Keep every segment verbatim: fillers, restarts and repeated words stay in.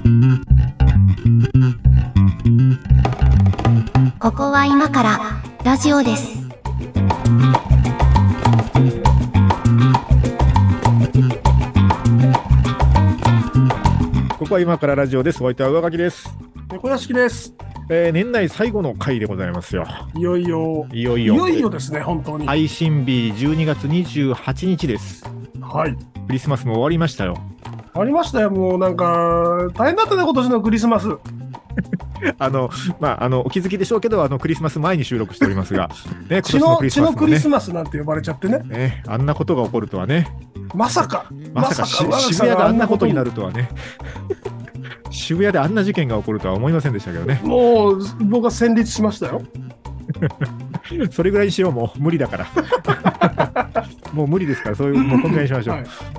ここは今からラジオです。 ここは今からラジオです。お相手は上垣です。 猫屋敷です。 えー、年内最後の回でございますよ。 いよいよいよいよいよいよですね。本当に配信日じゅうにがつにじゅうはちにちです。 はい。 クリスマスも終わりましたよ。 ありましたよ。もうなんか大変だったね、今年のクリスマス。 あのまああのお気づきでしょうけど、あのクリスマス前に収録しておりますが、ね、 血の血のクリスマスなんて呼ばれちゃってね。 ね、あんなことが起こるとはね。 まさかまさか、まさか渋谷があんなことになるとはね。渋谷であんな事件が起こるとは思いませんでしたけどね。 もう僕は戦慄しましたよ。 それぐらいにしよう。もう無理だからもう無理ですから、そういうもうこんぐらいにしましょう。はい、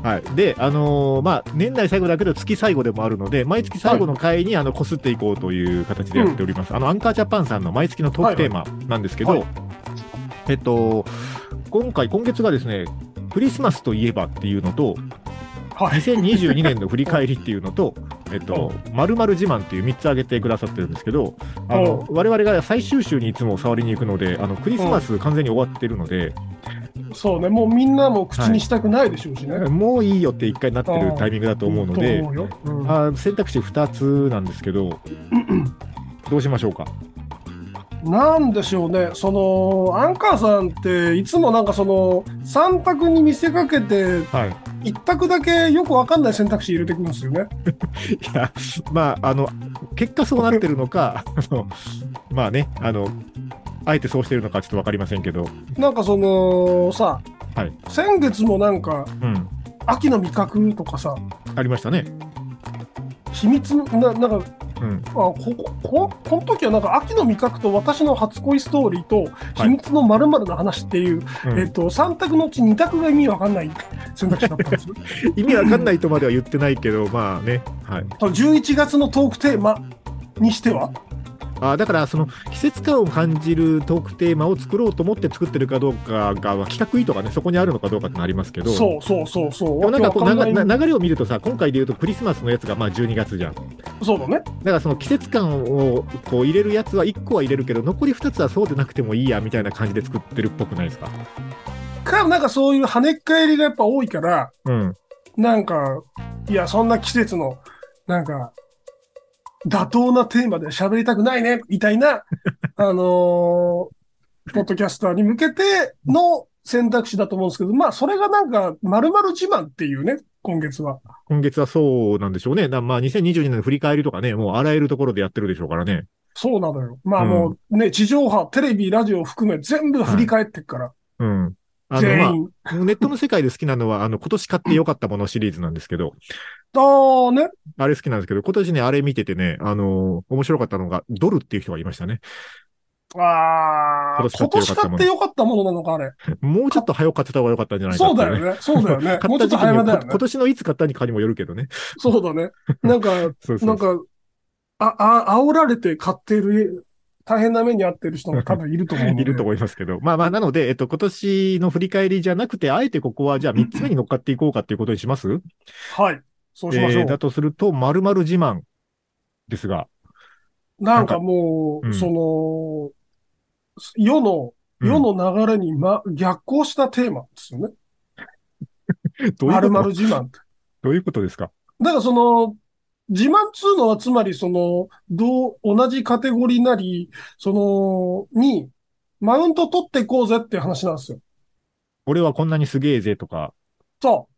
はい、で、あのー、まあ年内最後だけど月最後でもあるので、毎月最後の回にあのこすっていこうという形でやっております。うん、あのアンカージャパンさんの毎月のトークテーマなんですけど、はいはい、えっと今回今月がですね、クリスマスといえばっていうのと、はい、にせんにじゅうにねんの振り返りっていうのと、えっと、〇〇自慢っていうみっつ挙げてくださってるんですけど、あの我々が最終週にいつも触りに行くので、あのクリスマス完全に終わってるので、 そうね、もうみんなも口にしたくないでしょうしね、 はい、もういいよって一回なってるタイミングだと思うので、 うん、 あ選択肢ふたつなんですけどどうしましょうか。 なんでしょうね、そのアンカーさんっていつもなんかそのさん択に見せかけて、はい、いち択だけよくわかんない選択肢入れてくるんですよね。 いや、まああの結果そうなってるのかあのまあね、あのあえてそうしてるのかちょっとわかりませんけど、 なんかそのさ、はい、先月もなんか、うん、秋の味覚とかさありましたね。 秘密な、なんか、うん、あここここの時はなんか秋の味覚と私の初恋ストーリーと秘密の〇〇の話っていう、はい、えー、とさん択のうちに択が意味わかんない選択肢だったんですよ。 意味わかんないとまでは言ってないけど、まあね、はい、 じゅういちがつのトークテーマにしてはあだからその季節感を感じるトークテーマを作ろうと思って作ってるかどうかが企画意図がねそこにあるのかどうかってなりますけど、 そうそうそうそう。 でもなんかこう流れを見るとさ、今回でいうとクリスマスのやつがまあじゅうにがつじゃん。 そうだね。 だからその季節感をこう入れるやつはいっこは入れるけど、残りふたつはそうでなくてもいいやみたいな感じで作ってるっぽくないですか。 かなんかそういう跳ねっ返りがやっぱ多いから、うん、なんかいやそんな季節のなんか妥当なテーマで喋りたくないねみたいなあのー、ポッドキャスターに向けての選択肢だと思うんですけど、まあそれがなんか〇〇自慢っていうね、今月は今月はそうなんでしょうね。だまあにせんにじゅうにねんの振り返りとかね、もうあらゆるところでやってるでしょうからね。 そうなのよ。まあもうね、うん、地上波テレビラジオ含め全部振り返ってっから、はい、 うん、あの、まあ、ネットの世界で好きなのはあの今年買ってよかったものシリーズなんですけど、 あね、 あれ好きなんですけど、今年ね、あれ見ててね、あのー、面白かったのが、ドルっていう人がいましたね。 ああ、今年買ってよかったものなのか、あれ。 もうちょっと早く買ってた方がよかったんじゃないかって、 ね。そうだよね。そうだよね。 買った時期に、ね、今年のいつ買ったにかにもよるけどね。 そうだね。なんか、そうそうそう、なんか、あ、あ、煽られて買ってる、大変な目に遭ってる人も多分いると思うので。 いると思いますけど。まあまあ、なので、えっと、今年の振り返りじゃなくて、あえてここはじゃあみっつめに乗っかっていこうかっていうことにします？ はい。そうしましょう。 えー、だとすると、〇〇自慢ですが。 なんかもう、うん、その、世の、世の流れに、ま、逆行したテーマですよね。 どういうこと？ 〇〇自慢って。 どういうことですか？ だからその、自慢っつうのはつまりその、どう、同じカテゴリーなり、その、に、マウント取っていこうぜっていう話なんですよ。 俺はこんなにすげえぜとか。 そう。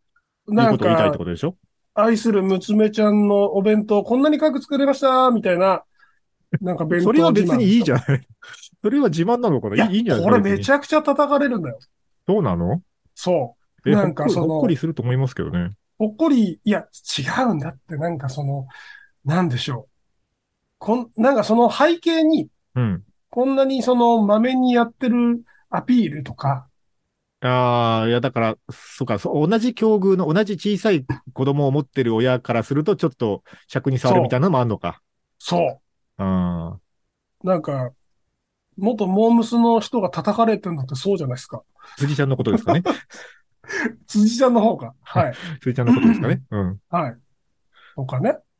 なんか、いうことを言いたいってことでしょ？ 愛する娘ちゃんのお弁当こんなにかく作れましたみたいな、なんか弁当自慢。 それは別にいいじゃない。それは自慢なのかな。いや、いいんじゃない。 これめちゃくちゃ叩かれるんだよ。 そうなの？ そう。 え、なんかその、ほっこりすると思いますけどね。 ほっこり、いや、違うんだって、なんかその、なんでしょう。こん、なんかその背景に、うん、こんなにその、まめにやってるアピールとか、 ああ、いや、だから、そうか、そう、同じ境遇の、同じ小さい子供を持ってる親からすると、ちょっと尺に触るみたいなのもあるのか。 そう。そう。 あなんか、元モームスの人が叩かれてるのってそうじゃないですか。 辻ちゃんのことですかね。 辻ちゃんの方が。はい。 辻ちゃんのことですかね。うん。 はい。とかね。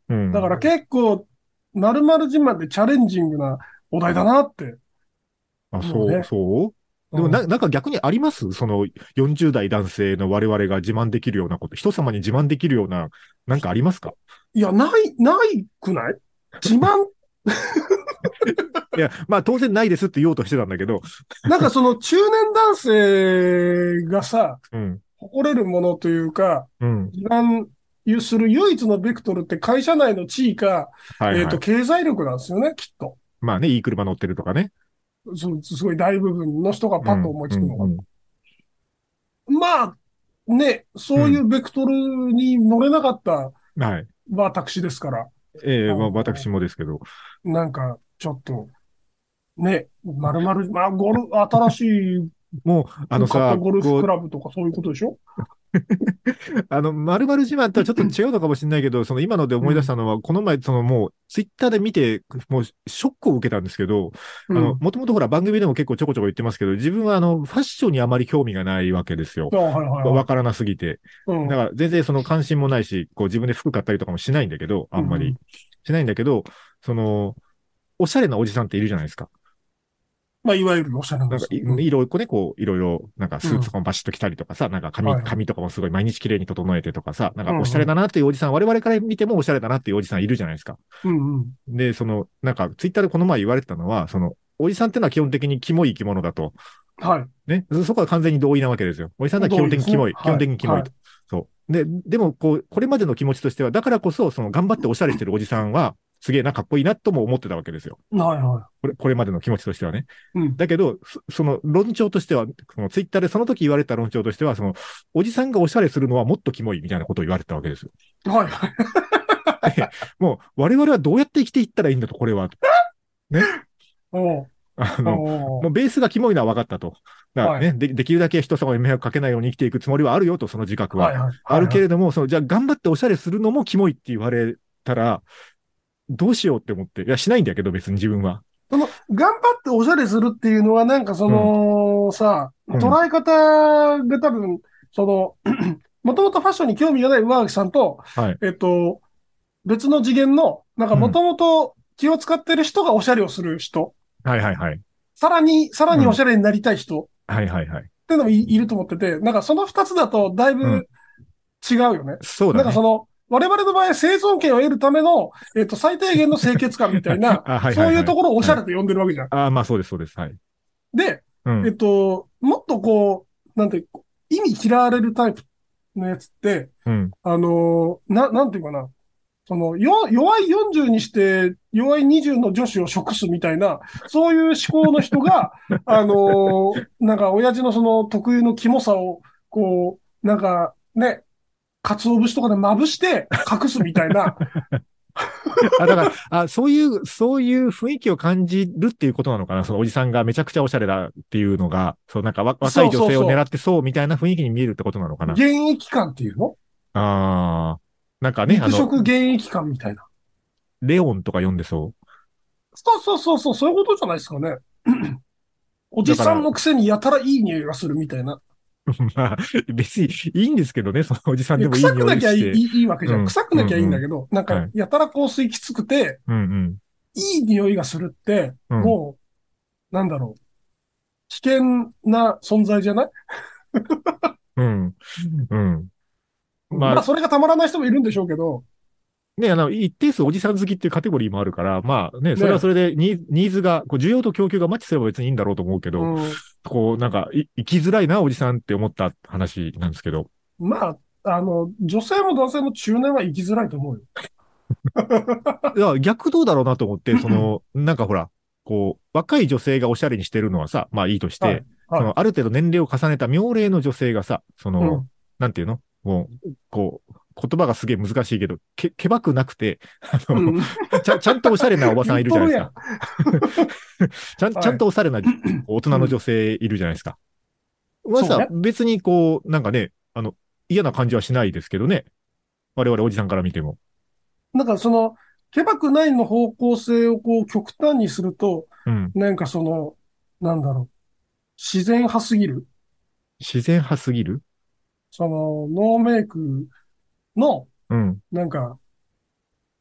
うん。 だから結構、〇〇自慢でチャレンジングなお題だなってあ、そう、 思うね。 そうでもな、 うん。 なんか逆にありますそのよんじゅう代男性の我々が自慢できるようなこと、人様に自慢できるような、なんかありますか？ いや、ない、ないくない自慢、 いや、まあ当然ないですって言おうとしてたんだけど、 なんかその中年男性がさ、 うん、 誇れるものというか、 うん、 自慢する唯一のベクトルって会社内の地位か、えっと、 はいはい。 経済力なんですよね、きっと。 まあね、いい車乗ってるとかね。 そうすごい大部分の人がパッとうん、うん、 思いつくのが。 うん、 まあ、ね、 うん。 そういうベクトルに乗れなかったはい。 私ですから、あええまあ私の、 もですけど。 なんか、ちょっと、ね、まるまる、まあ、ゴル、新しもう、あのさ、 く買ったゴルフこう、 クラブとかそういうことでしょ？ あの、〇〇自慢とはちょっと違うのかもしれないけど、その今ので思い出しうん、 たのは、この前、そのもう、ツイッターで見て、もう、ショックを受けたんですけど、あの、 うん。 もともとほら、番組でも結構ちょこちょこ言ってますけど、自分はあの、ファッションにあまり興味がないわけですよ。 あ、はいはいはい。 わわからなすぎて。 うん、 だから、全然その関心もないし、こう、自分で服買ったりとかもしないんだけど、あんまり。 うん、 しないんだけど、その、おしゃれなおじさんっているじゃないですか。 まあ、いわゆるおしゃれななんかい、 おじさん。うん。 いろいろね、こう、いろいろ、なんかうん。 スーツとかもバシッと着たりとかさ、なんか髪、 はいはい。 髪とかもすごい毎日綺麗に整えてとかさ、なんかおしゃれうん、うん。 だなっていうおじさん、我々から見てもおしゃれだなっていうおじさんいるじゃないですか。 うん、うん。 で、その、なんか、ツイッターでこの前言われてたのは、その、おじさんってのは基本的にキモい生き物だと。 はね。そそこは完全に同意なわけですよ。おじさんは基い。同意ですね。 本的にキモい。基本はい。 的にキモいと。 はい。 そう。で、でも、こう、これまでの気持ちとしては、だからこそ、その、頑張っておしゃれしてるおじさんは、すげえな、かっこいいなとも思ってたわけですよ。 はい、はこれ、これまでの気持ちとしてはね。 い。うん。 だけど、そその論調としては、そのツイッターでその時言われた論調としては、その、おじさんがおしゃれするのはもっとキモいみたいなことを言われたわけですよ。 はい、はい。 で、もう、我々はどうやって生きていったらいいんだと、これは。ね。 おう、 あの、 おう、 もうベースがキモいのは分かったと。だからはい。 ね、で、できるだけ人様に迷惑かけないように生きていくつもりはあるよと、その自覚は。 はい、はい。 あはい、はい。 るけれども、その、じゃあ頑張っておしゃれするのもキモいって言われたら、どうしようって思って。いや、しないんだけど、別に自分は。 その、頑張っておしゃれするっていうのは、なんかそうん、 の、さ、 うん、 捉え方が多分、その、もともとファッションに興味がない上垣さんと、 はい、 えっと、別の次元の、なんかうん、 もともと気を使ってる人がおしゃれをする人、 はいはいはい、 さらに、さらうん、 におしゃれになりたい人っはいはいはい、 ていうのもい、いると思ってて、なんかその二つだとだいうん、 ぶ違うよね。 そうだね。 なんかその、我々の場合、生存権を得るための、えっと、最低限の清潔感みたいな、 あ、はいはいはい。 そういうところをおしはい。 ゃれと呼んでるわけじゃん。 あ、まあそうです、そうです。はい。 で、えっうん、 と、もっとこう、なんて、意味嫌われるタイプのやつって、 うん。 あの、な、なんていうかな、その、よ、弱いよんじゅうにして、弱いにじゅうの女子を食すみたいな、そういう思考の人が、あの、なんか、親父のその特有のキモさを、こう、なんか、ね、鰹節とかでまぶして隠すみたいな、 あ、だから、あ、そういう、そういう雰囲気を感じるっていうことなのかな。そのおじさんがめちゃくちゃおしゃれだっていうのが、そう、なんかわ若いそう女性を狙そうそってそうみたいな雰囲気に見えるってことなのかう、 な。 現役感っていうのああ、なんかね、あの、 肉食現役感みたいな。 レオンとか読んでそそうそうそうそう、そういうことじゃないですかね。おう。だから、 じさんのくせにやたらいい匂いがするみたいな。 まあ、別にいいんですけどね、そのおじさんいや、 でもいい臭くなきゃいい、 匂いして。 いいいいわけじゃん。 うん、 臭くなきゃいいんうん、うん。 だけど、なんか、 はい。 やたら香水きつくて、 うん、 いい匂いがするって、 うん、うん、 もう、なんだろう。危険な存在じゃない？ うん、うん。まあ、 まあ、それがたまらない人もいるんでしょうけど、 ね、あの、一定数おじさん好きっていうカテゴリーもあるから、まあね、それはそね。 れでニーニーズが、こう需要と供給がマッチすれば別にいいんだろうと思うけうど、 ん。 こう、なんか、い生きづらいな、おじさんって思った話なんですけど。 まあ、あの、女性も男性も中年は生きづらいと思うよ。 いや、逆どうだろうなと思って、その、なんかほら、こう、若い女性がおしゃれにしてるのはさ、まあいいとしはい、 て、そはい。 の、ある程度年齢を重ねた妙齢の女性がさ、その、 うん。 なんていうのもう、こう、言葉がすげえ難しいけど、け、けばくなくて、あの、 うん。 ちゃ、ちゃんとおしゃれなおばさ言んいるじゃないですか。 っとるやん。 ちゃん、ちゃはい。 んとおしゃれな大人の女うん。 性いるじゃないですか。まあさ、 そうね。 別にこう、なんかね、あの、嫌な感じはしないですけどね。我々おじさんから見ても。 なんかその、ケバくないの方向性をこう極端にすると、 うん。 なんかその、なんだろう、自然派すぎる。 自然派すぎる。 その、ノーメイクの、 うん。 なんか、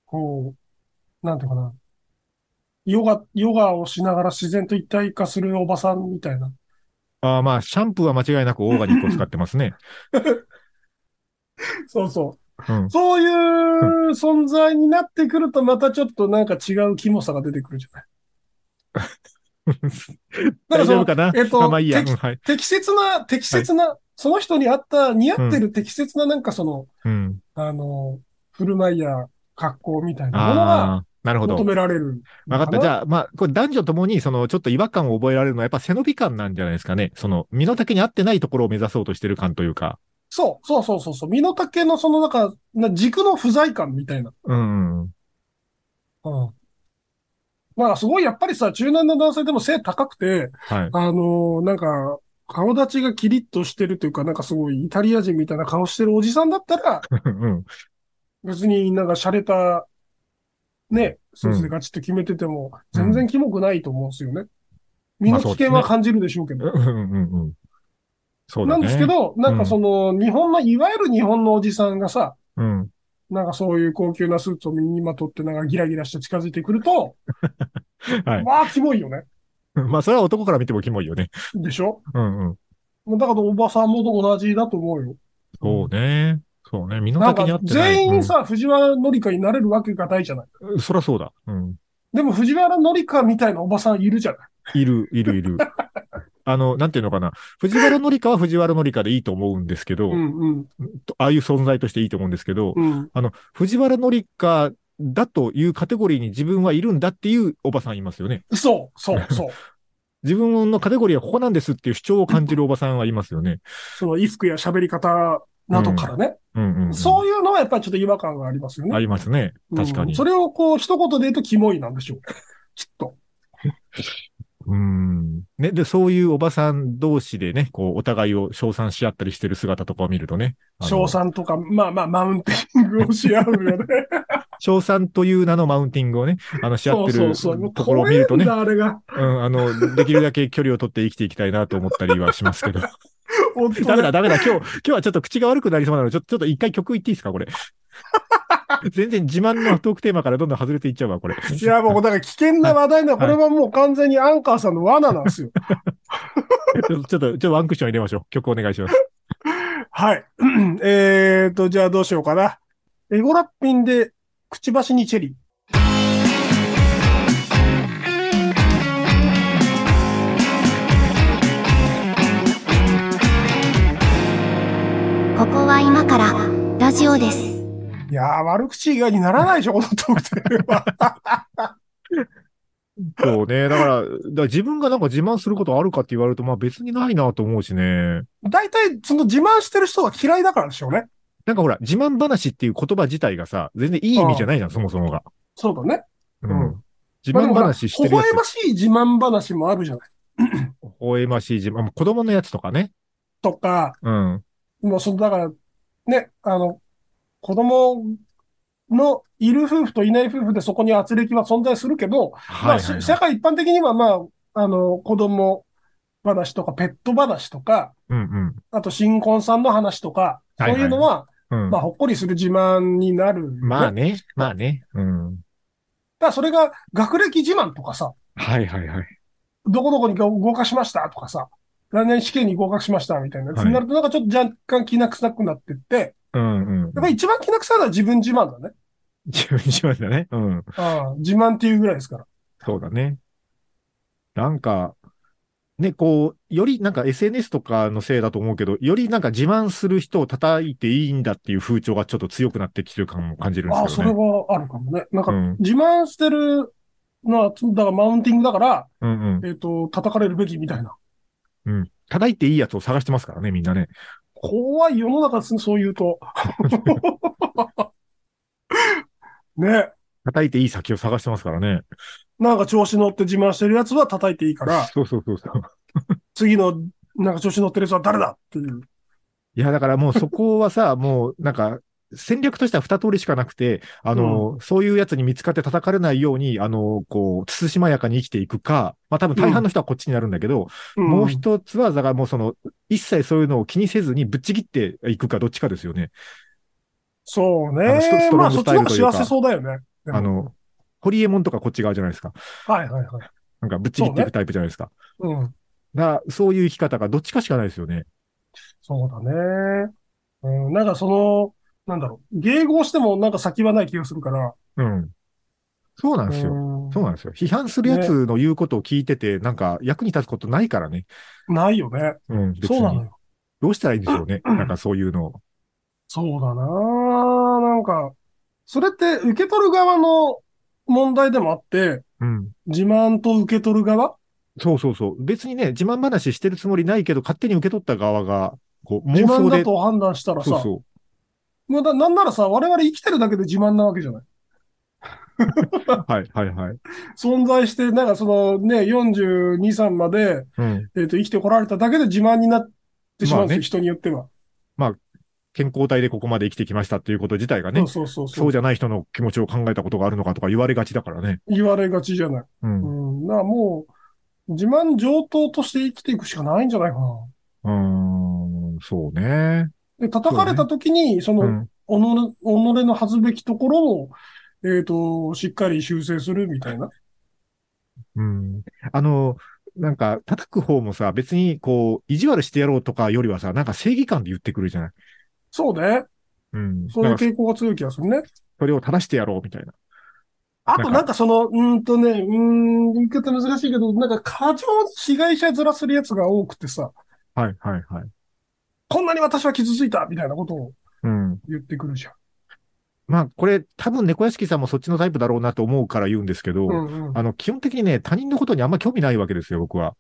こう、なんていうかな。ヨガ、ヨガをしながら自然と一体化するおばさんみたいな。 ああ、まあ、シャンプーは間違いなくオーガニックを使ってますね。 そうそう。 うん。 そううん。 いう存在になってくると、またちょっとなんか違うキモさが出てくるじゃない。だからその、 大丈夫かな。 えっと、 まあまあいいや。うん、 適、 はい。 適切な、適はい。 切な、その人に合った、似合うん。 ってる適切ななんかその、 うん。 あの、振る舞いや格好みたいなものがああ、なるほ求ど。 められるわかった。じのかな。 ゃあ、まあ、これ男女ともに、その、ちょっと違和感を覚えられるのは、やっぱ背伸び感なんじゃないですかね。その、身の丈に合ってないところを目指そうとしてる感というか。 そう、そうそうそうそう。身の丈のそのなんか、な軸の不在感みたいな。 うん。うん。 うん。まあ、すごいやっぱりさ、中年の男性でも背高くて、 はい。 あのーなんか、顔立ちがキリッとしてるというか、なんかすごいイタリア人みたいな顔してるおじさんだったら、 うん。 別になんか洒落たね、スーツでうん。 ガチッと決めてても、 うん。 全然キモくないと思うんですよね。身まあの危そうですね。 険は感じるでしょうけど。 うんうんうんうん。そうなんですけだね。 ど、なんかそうん。 の、日本の、いわゆる日本のおじさんがさ、 うん。 なんかそういう高級なスーツを身にまとって、なんかギラギラして近づいてくると、 はい。 まあ、キモいよね。 まあそれは男から見てもキモいよね。 でしょ？ うんうん。 だからおばさんも同じだと思うよ。うそうん。 ね。そうね。身の丈になんか、 合ってない。うん。 全員さ、藤原紀香になれるわけがないじゃない。 そりゃそうだ。うん。 でも藤原紀香みたいなおばさんいるじゃない。 いる、いる、いる。あの、なんていうのかな。藤原紀香は藤原紀香でいいと思うんですけど、 うんうん。 ああいう存在としていいと思うんですけど、 うん。 あの、藤原紀香だというカテゴリーに自分はいるんだっていうおばさんいますよね。 そう、そう、そ自分のカテゴリーはここなんですっていう主張を感じるおばさんはいますよね。 う。その衣服や喋り方などうん。 からね。 うんうんうん。 そういうのはやっぱりちょっと違和感がありますよね。 ありますね。確かうん。そに。 れをこう、一言で言うとキモいなんでしょう。きっと。 うん。ね、で、そういうおばさん同士でね、こう、お互いを称賛し合ったりしてる姿とかを見るとね、あ賞の、 賛とか、まあまあ、マウンティングをし合うよね。 称賛という名のマウンティングをね、あの、し合っそうてるそうそう。もうところを怖見るとね、 えんだ、あれが。 うん、あの、できるだけ距離を取って生きていきたいなと思ったりはしますけど。 本当ね。 ダメだ、ダメだ。今日、今日はちょっと口が悪くなりそうなので、ちょっと、ちょっと一回曲言っていいですか、これ。全然自慢のトークテーマからどんどん外れていっちゃうわ、これ。 いや、もう、だから危険なはい。 話題な、こはい。 れはもう完全にアンカーさんの罠なんですよ。 ちょっと、ちょっと、ちょっとワンクッション入れましょう。曲お願いします。 はい。えーと、じゃあどうしようかな。エゴラッピンで、くちばしにチェリー。 ここは今からラジオです。 いやー、悪口以外にならないでしょ、このトークテーマは。 そうね。だから、だから自分がなんか自慢することあるかって言われると、まあ別にないなと思うしね。 大体、その自慢してる人が嫌いだからでしょうね。 なんかほら、自慢話っていう言葉自体がさ、全然いい意味じゃうん。 ないじゃん、そもそもが。 そうだね。 うん。 うん。 自慢まあでもほら、 話し微てるやつ、 笑ましい自慢話もあるじゃない。 微笑ましい自慢、子供のやつとかね。 とか、 うん。 もうその、だから、ね、あの、子供のいる夫婦といない夫婦でそこに圧力は存在するけど、まあ、 はいはいはい。 し社会一般的には、まあ、あの、子供話とか、ペット話とか、 うんうん。 あと新婚さんの話とか、そういはいはい。 うのは、まあ、 うん。 ほっこりする自慢になるよね。 まあね、 きっと。 まあね。うん。 だからそれが学歴自慢とかさ、 はいはいはい。 どこどこに合格しましたとかさ、来年試験に合格しましたみたいなやつはい。 になると、なんかちょっと若干気な臭くなってって、 うんうんうん。 やっぱり一番気な臭いのは自分自慢だね。 自分しましたね。うん。 ああ、自慢っていうぐらいですから。 そうだね。なんか、ね、こう、よりなんか エスエヌエス とかのせいだと思うけど、よりなんか自慢する人を叩いていいんだっていう風潮がちょっと強くなってきてる感も感じるんですああ、それけどね。 はあるかもね。なんか、 うん。 自慢してるのは、だからマウンティングだから、 うんうん。 えっと、叩かれるべきみたいな。 うん。叩いていいやつを探してますからね、みんなね。 怖い世の中ですね、そう言うと。ね。 叩いていい先を探してますからね。 なんか調子乗って自慢してるやつは叩いていいから、 そうそうそうそう。 次の、なんか調子乗ってるやつは誰だっていう。 いや、だからもうそこはさ、もうなんか、戦略としては二通りしかなくて、あうん。 の、そういうやつに見つかって叩かれないように、あの、こう、つつしまやかに生きていくか、まあ多分大半のうん。 人はこっちになるんだけど、もううん。 一つは、だからもうその、一切そういうのを気にせずにぶっちぎっていくかどっちかですよね。 そうあの、スト、スね。まあ、 トロングスタイそっちの方が幸せルというか。 そうだよね。 あの、ホリエモンとかこっち側じゃないですか。 はいはいはい。 なんかぶっちぎっていくタイプじゃないですか。 そうね。うん。 だそういう生き方がどっちかしかないですよね。 そうだね。うん、なんかその、なんだろう。迎合してもなんか先はない気がするから。 うん。そうなんうですよ。そうなんん。 ですよ。批判するやね。 つの言うことを聞いてて、なんか役に立つことないからね。 ないよね。 うん、別に。 そうなのよ。 どうしたらいいんでしょうね。なんかそういうのを。 そうだな。なんか、それって受け取る側の問題でもあって、 うん。 自慢と受け取る側。 そうそうそう。別にね、自慢話してるつもりないけど、勝手に受け取った側が、こう、 自慢だ妄想で、 と判断したらさ、 そうそもうだ、なんならさ、我々生きてるだけで自慢なわけじゃない。 う。はいはいはい。 存在して、なんかそのね、よんじゅうに、さんまで、 うん。 えっと、生きてこられただけで自慢になってしまうんですよ、 まあね。 人によっては。 まあ、健康体でここまで生きてきましたっていうこと自体がね、 そうそうそうそう。 そうじゃない人の気持ちを考えたことがあるのかとか言われがちだからね。 言われがちじゃない。 うん。 ううん。だからもう、自慢上等として生きていくしかないんじゃないかな。 ーん、そうね。 で、叩かれたそうね。 時に、その、 うん。 己、己の恥ずべきところを、えっと、しっかり修正するみたいな。 うん。あの、なんか、叩く方もさ、別に、こう、意地悪してやろうとかよりはさ、なんか正義感で言ってくるじゃない。 そうね。 うん。 そういうなんか、 傾向が強い気がするね。 それを正してやろうみたいな。 あとなんなんか、 かその、うーんとね、うーん、言い方難しいけど、なんか過剰に被害者面するやつが多くてさ、 はいはいはい。 こんなに私は傷ついたみたいなことをうん。 言ってくるじゃん。 まあ、これ、多分猫屋敷さんもそっちのタイプだろうなと思うから言うんですけうど、 んうん。 あの、基本的にね、他人のことにあんま興味ないわけですよ、僕は。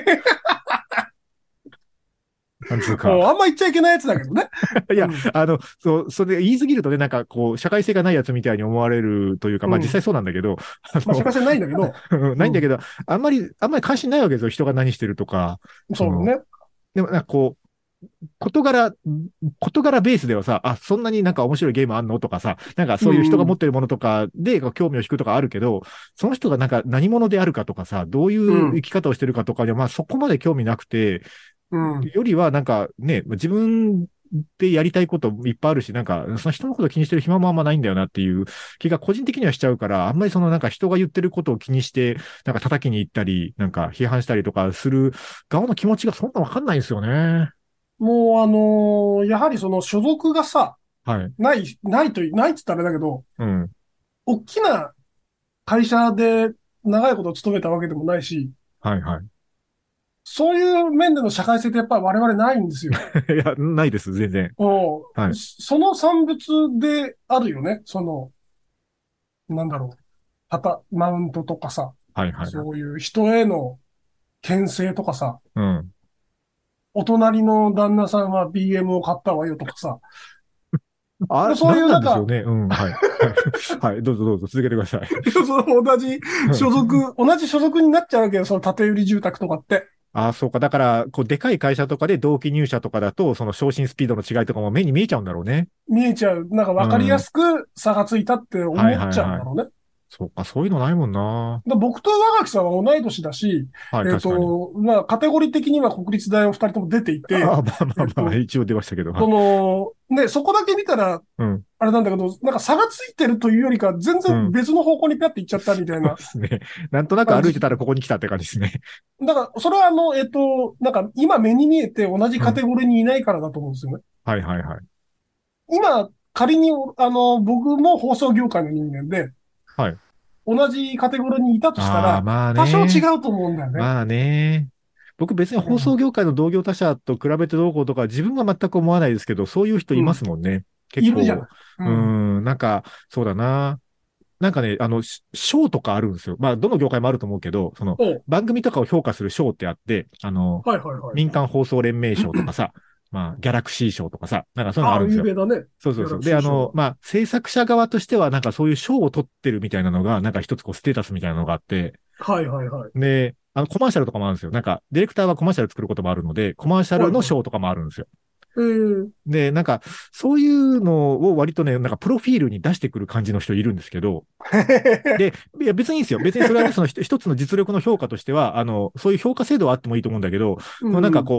なんつうか。 もうあんま言っちゃいけないやつだけどね。 いや、 うん。 あの、そう、それで言い過ぎるとね、なんかこう、社会性がないやつみたいに思われるというか、まあ実際うん。 そうなんだけど、あまあ、社会性ないんだけど、 の、なうん。 いんだけど、あんまり、あんまり関心ないわけですよ。人が何してるとか、その、 そうね。 でもなんかこう、事柄、事柄ベースではさ、あ、そんなになんか面白いゲームあんのとかさ、なんかうそういう人が持っん。 てるものとかで興味を引くとかあるけど、その人がなんか何者であるかとかさ、どういうん。 う生き方をしてるかとかには、まあそこまで興味なくて、 うん。 よりはなんかね、自分でやりたいこといっぱいあるし、なんかその人のこと気にしてる暇もあんまないんだよなっていう気が個人的にはしちゃうから、あんまりそのなんか人が言ってることを気にして、なんか叩きに行ったり、なんか批判したりとかする側の気持ちがそんなわかんないんですよね。 もう、あのーやはりその所属がさ、 はい。 ない、ないと、ないって言ったらあれだけど、 うん。 大きな会社で長いこと勤めたわけでもないし、 はいはい。 そういう面での社会性ってやっぱり我々ないんですよ。 いや、ないです、全然。 おはい。 その産物であるよね。その、なんだろう。パタ、マウントとかさ、 はいはいはい。 そういう人への牽制とかさ、 うん。 お隣の旦那さんは ビーエム を買ったわよとかさ、 あ、 そういなんうなんか、 なんでしょうね。うん、はい。はい。はい。どうぞどうぞ、続けてください。 その同じ所属、同じ所属になっちゃうわけよ。その建売り住宅とかって。 あ、そうか。だから、こう、でかい会社とかで同期入社とかだと、その昇進スピードの違いとかも目に見えちゃうんだろうね。 見えちゃう。なんかう分かりやん。 すく差がついたってはい思っちゃうんはいはい。 だろうね。 そうか、そういうのないもんな。 だ僕と上垣さんは同い年だし、 はい、 えっ確かに。 と、まあ、カテゴリー的には国立大を二人とも出ていて、 あ、まあまあまあ、 えっと、 一応出ましたけど、はそい。 の、ね、そこだけ見たら、 うん。 あれなんだけど、なんか差がついてるというよりか、全うん。 然別の方向にピャって行っちゃったみたいそうでなすね。なんとなく感じ。 歩いてたらここに来たって感じですね。 だから、それはあの、えっと、なんか今目に見えて同じうん。 カテゴリーにいないからだと思うんですよね。 はいはいはい。 今、仮に、あの、僕も放送業界の人間で、 はい。 同じカテゴリーにいたとしたああ、 ら、 まあ多少違ね。 うと思うんだよね。 まあね。僕別に放送業界の同業他社と比べてどうこうとか自分は全く思わないですけど、そういう人いまうん。 すもんね。結構。 いるじゃない。ううーん。 ん、なんか、そうだな。なんかね、あの、し賞とかあるんですよ。まあ、どの業界もあると思うけど、その、 お番組とかを評価する賞ってあって、あの、 はいはいはい。 民間放送連盟賞とかさ、まあ、ギャラクシー賞とかさ、なんかそういうのがあああ、 るんですよ。 有名だね。ギャラそうそうそう。で、あの、 クシー賞は。 まあ、制作者側としては、なんかそういう賞を取ってるみたいなのが、なんか一つこう、ステータスみたいなのがあって、 はいはいはい。 で、あの、コマーシャルとかもあるんですよ。なんか、ディレクターはコマーシャル作ることもあるので、コマーシャルはいはい。 の賞とかもあるんですよ。 えー、 で、なんか、そういうのを割とね、なんか、プロフィールに出してくる感じの人いるんですけど、で、いや、別にいいんですよ。別にそれはね、その一一つの実力の評価としては、あの、そういう評価制度はあってもいいと思うんだけど、 うんうん。 そのなんかこう、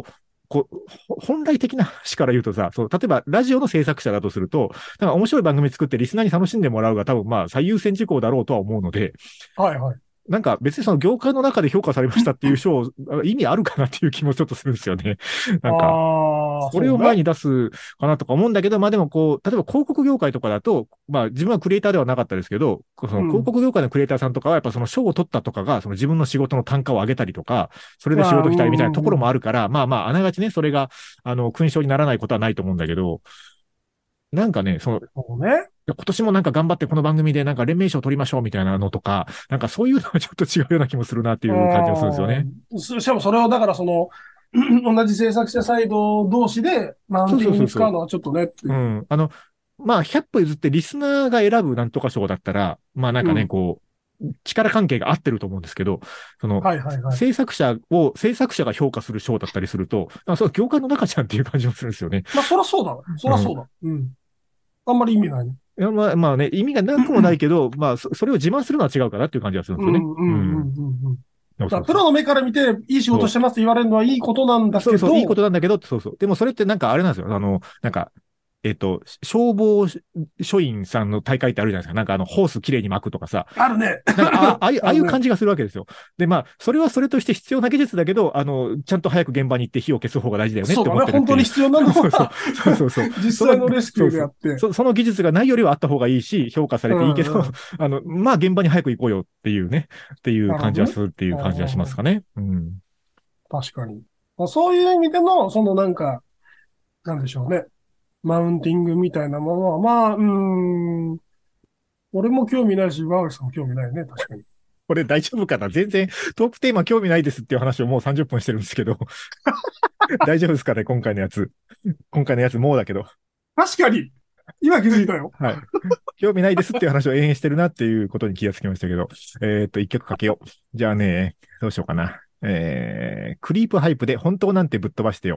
こう、本来的な話から言うとさ、そう、例えばラジオの制作者だとすると、なんか面白い番組作ってリスナーに楽しんでもらうが多分まあ最優先事項だろうとは思うので、 はいはい。 なんか別にその業界の中で評価されましたっていう賞、意味あるかなっていう気もちょっとするんですよね。なんか、それを前に出すかなとか思うんだけど、まあでもこう、例えば広告業界とかだと、まあ自分はクリエイターではなかったですけど、その広告業界のクリエイターさんとかはやっぱその賞を取ったとかが、その自分の仕事の単価を上げたりとか、それで仕事したいみたいなところもあるから、まあまあ、あながちね、それが、あの、勲章にならないことはないと思うんだけど、なんかね、その、 そうね。 今年もなんか頑張ってこの番組でなんか連盟賞取りましょうみたいなのとか、なんかそういうのはちょっと違うような気もするなっていう感じがするんですよね。 しかもそれをだからその、同じ制作者サイド同士でマウンティングに使うのはちょっとねっていう。 うん。あの、まあ、ひゃっぽ譲ってリスナーが選ぶなんとか賞だったら、まあなんかね、うん、こう、力関係が合ってると思うんですけど、その、はいはいはい、制作者を、制作者が評価する賞だったりすると、その業界の中じゃんっていう感じもするんですよね。 まあ、そらそうだ。そらそうだ。うん。うん、あんまり意味ないね。 いやまあ、まあね、意味がなくもないけど、まあそ、それを自慢するのは違うかなっていう感じがするんですよね。うんうんうんうんうん。プロの目から見て、いい仕事してますって言われるのはいいことなんだけど。 そうそう、いいことなんだけど、そうそう。でもそれってなんかあれなんですよ。あの、なんか、えっと、消防署員さんの大会ってあるじゃないですか。なんかあの、ホースきれいに巻くとかさ。 あるね。 なんかあああいう、ああいう感じがするわけですよ。で、まあ、それはそれとして必要な技術だけど、あの、ちゃんと早く現場に行って火を消す方が大事だよねって思ってるっていう。 そうだね。本当に必要なのは、 そうそうそうそうそう。 実際のレスキューであって。 そその技術がないよりはあった方がいいし、評価されていいけど、うんうん、あの、まあ、現場に早く行こうよっていうね、っていう感じはするっていう感じはしますかね。うん。 確かに。まあ、そういう意味での、そのなんか、なんでしょうね。マウンティングみたいなものは、まあ、うーん、俺も興味ないし、ワーゲさんも興味ないね、確かに。 これ大丈夫かな全然トークテーマ興味ないですっていう話をもうさんじゅっぷんしてるんですけど。大丈夫ですかね今回のやつ。今回のやつもうだけど。 確かに今気づいたよ。 はい。興味ないですっていう話を延々してるなっていうことに気がつきましたけど。えー、っと、一曲かけよう。じゃあね、どうしようかな。えー、クリープハイプで本当なんてぶっ飛ばしてよ。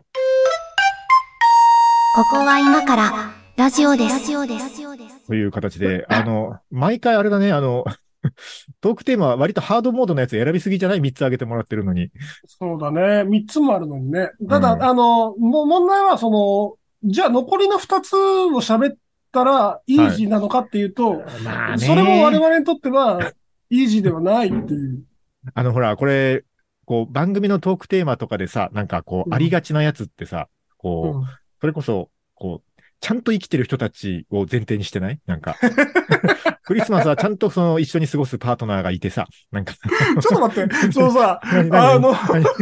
ここは今からラジオです。ラジオです。 という形で、あの、毎回あれだね、あの、トークテーマは割とハードモードのやつ選びすぎじゃない ?みっ つ挙げてもらってるのに。 そうだね。みっつもあるのにね。ただ、うん、あの、も問題はその、じゃあ残りのふたつを喋ったらイージーなのかっていうと、はいまあね、それも我々にとってはイージーではないっていう。 あの、ほら、これ、こう、番組のトークテーマとかでさ、なんかこう、うん、ありがちなやつってさ、こう、うん、それこそ、こう、ちゃんと生きてる人たちを前提にしてないなんか。クリスマスはちゃんとその一緒に過ごすパートナーがいてさ、なんか。 ちょっと待って、そうさ、あの、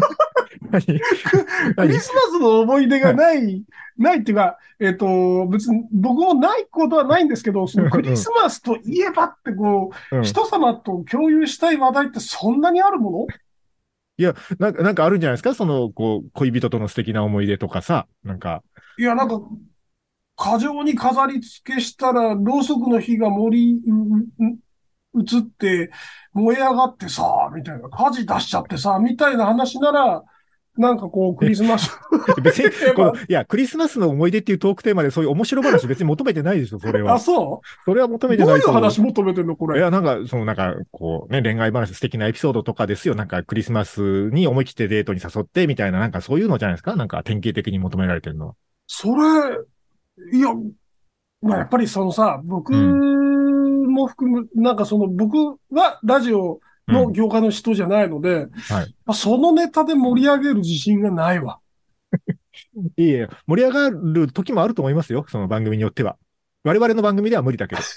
クリスマスの思い出がない、はい、ないっていうか、えっと、別に僕もないことはないんですけど、そのクリスマスといえばってこう、うん、人様と共有したい話題ってそんなにあるもの？ いや、なんか、なんかあるんじゃないですかその、こう、恋人との素敵な思い出とかさ、なんか。 いや、なんか、過剰に飾り付けしたら、ろうそくの火が盛り、移って、燃え上がってさ、みたいな、火事出しちゃってさ、みたいな話なら、なんかこう、クリスマス。 別に、この、いや、クリスマスの思い出っていうトークテーマでそういう面白話別に求めてないでしょ、それは。 あ、そうそれは求めてないと。 どういう話求めてんの、これ。 いや、なんか、その、なんか、こう、ね、恋愛話、素敵なエピソードとかですよ。なんか、クリスマスに思い切ってデートに誘って、みたいな、なんかそういうのじゃないですかなんか、典型的に求められてるのは。 それ、いや、まあ、やっぱりそのさ、僕も含む、うん、なんかその僕はラジオの業界の人じゃないので、うんはい、そのネタで盛り上げる自信がないわ。 いいえ、盛り上がる時もあると思いますよ、その番組によっては。我々の番組では無理だけど。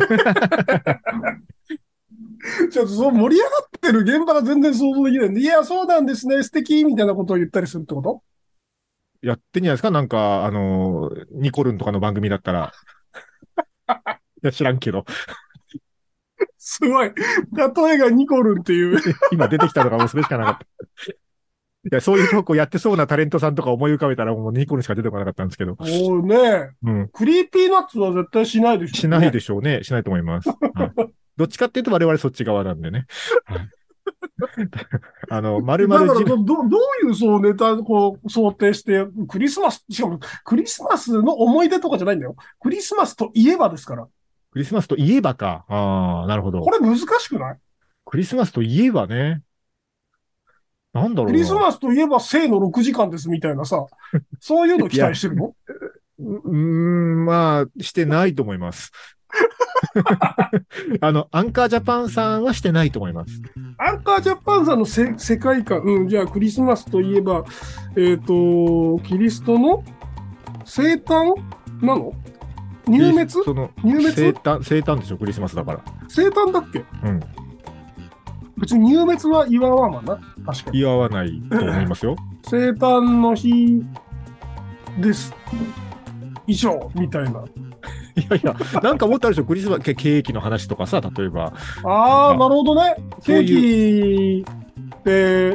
ちょっとその盛り上がってる現場が全然想像できないんで、いや、そうなんですね、素敵みたいなことを言ったりするってこと？ やってんじゃないですかなんか、あの、ニコルンとかの番組だったら。いや、知らんけど。 すごい。例えがニコルンっていう。 今出てきたのがもうそれしかなかった。いや、そういう曲をやってそうなタレントさんとか思い浮かべたらもうニコルンしか出てこなかったんですけど。 おーね、うん。クリーピーナッツは絶対しないでしょうね。 しないでしょうね。しないと思います。はい、どっちかっていうと我々そっち側なんでね。はいあの、まるまる自分。ど、どういうそうネタ、こう、想定して、クリスマス、しかも、クリスマスの思い出とかじゃないんだよ。クリスマスといえばですから。 クリスマスといえばか。ああ、なるほど。 これ難しくない？ クリスマスといえばね。 なんだろうな。 クリスマスといえば生のろくじかんですみたいなさ、そういうの期待してるの？ うーん、まあ、してないと思います。あの、アンカージャパンさんはしてないと思います。 アンカージャパンさんのせ世界観、うん、じゃあクリスマスといえば、えっ、と、キリストの生誕なの？入滅？ その入滅？ 生誕、生誕でしょ、クリスマスだから。 生誕だっけ？ うん。 別に入滅は祝わんわな。確かに。 祝わないと思いますよ。 生誕の日です。以上、みたいな。 いやいや、なんかもっとあるでしょ、クリスマス、ケーキの話とかさ、例えば。 ああ、なるほどね。ケーキって、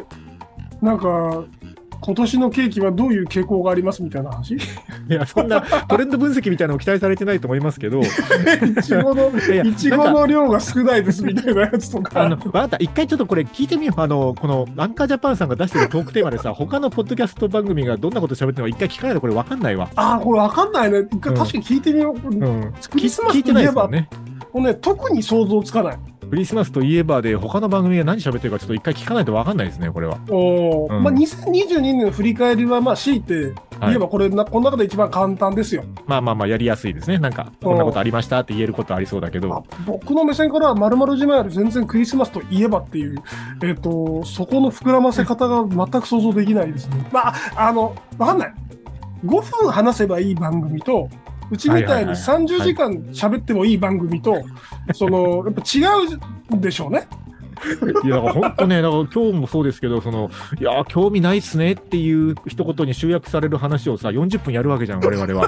なんか、今年のケーキはどういう傾向がありますみたいな話？いや、そんなトレンド分析みたいなのを期待されてないと思いますけど。いちごの、いちごの量が少ないですみたいなやつとか。 あの、わかった。一回ちょっとこれ聞いてみよう。あの、このアンカージャパンさんが出してるトークテーマでさ、他のポッドキャスト番組がどんなこと喋ってるのか一回聞かないとこれわかんないわ。 ああ、これわかんないね。一回確かに聞いてみよう。うん。クリスマスといえば、ね、もうね、特に想像つかない。 クリスマスといえばで他の番組が何喋ってるかちょっと一回聞かないと分かんないですね、これは。 おうん、まあ、にせんにじゅうにねんの振り返りは、まあ、強いて言えばこれ、はい、この中で一番簡単ですよ。 まあまあまあ、やりやすいですね。なんか、こんなことありましたって言えることありそうだけど。 僕の目線からは、まるまる島より全然クリスマスといえばっていう、えっと、そこの膨らませ方が全く想像できないですね。まあ、あの、分かんない。ごふん話せばいい番組と、うちみたいにさんじゅうじかん喋ってもいい番組と、その、やっぱ違うでしょうね。 いや、だから本当ね、だから今日もそうですけど、その、いや、興味ないっすねっていう一言に集約される話をさ、よんじゅっぷんやるわけじゃん、我々は。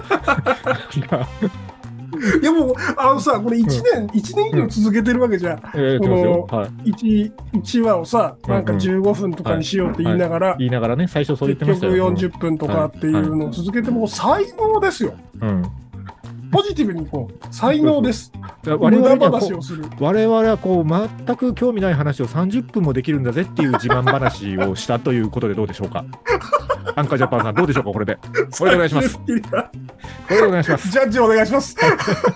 いやもう、あのさ、これいちねん、うん、いちねん以上続けてるわけじゃん。うんえー、この、はい、いち, いちわをさ、なんかじゅうごふんとかにしようって言いながら、うんうんはい、 言いながらね、最初そう言ってましたよ。 結局よんじゅっぷんとかっていうのを続けても、才能ですよ。うんポジティブにこう才能です。 我々はこう我々はこう全く興味ない話をさんじゅっぷんもできるんだぜっていう自慢話をしたということでどうでしょうか。アンカージャパンさんどうでしょうかこれで。これでお願いします。これでお願いします。 ジャッジお願いします。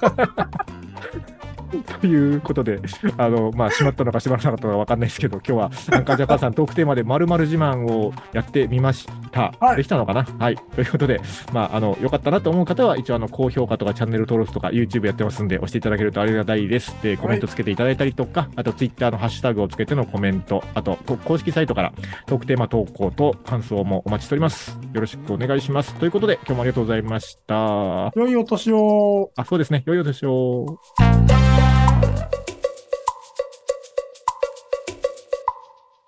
ということで、あの、まあ、閉まったのか閉まらなかったのか分かんないですけど、今日はアンカージャパンさんトークテーマで〇〇自慢をやってみました。はい、できたのかなはい。ということで、まあ、あの、良かったなと思う方は、一応、あの、高評価とかチャンネル登録とか YouTube やってますんで、押していただけるとありがたいです。で、コメントつけていただいたりとか、はい、あと、Twitter のハッシュタグをつけてのコメント、あと、公式サイトからトークテーマ投稿と感想もお待ちしております。よろしくお願いします。ということで、今日もありがとうございました。 良いお年を。 あ、そうですね。良いお年を。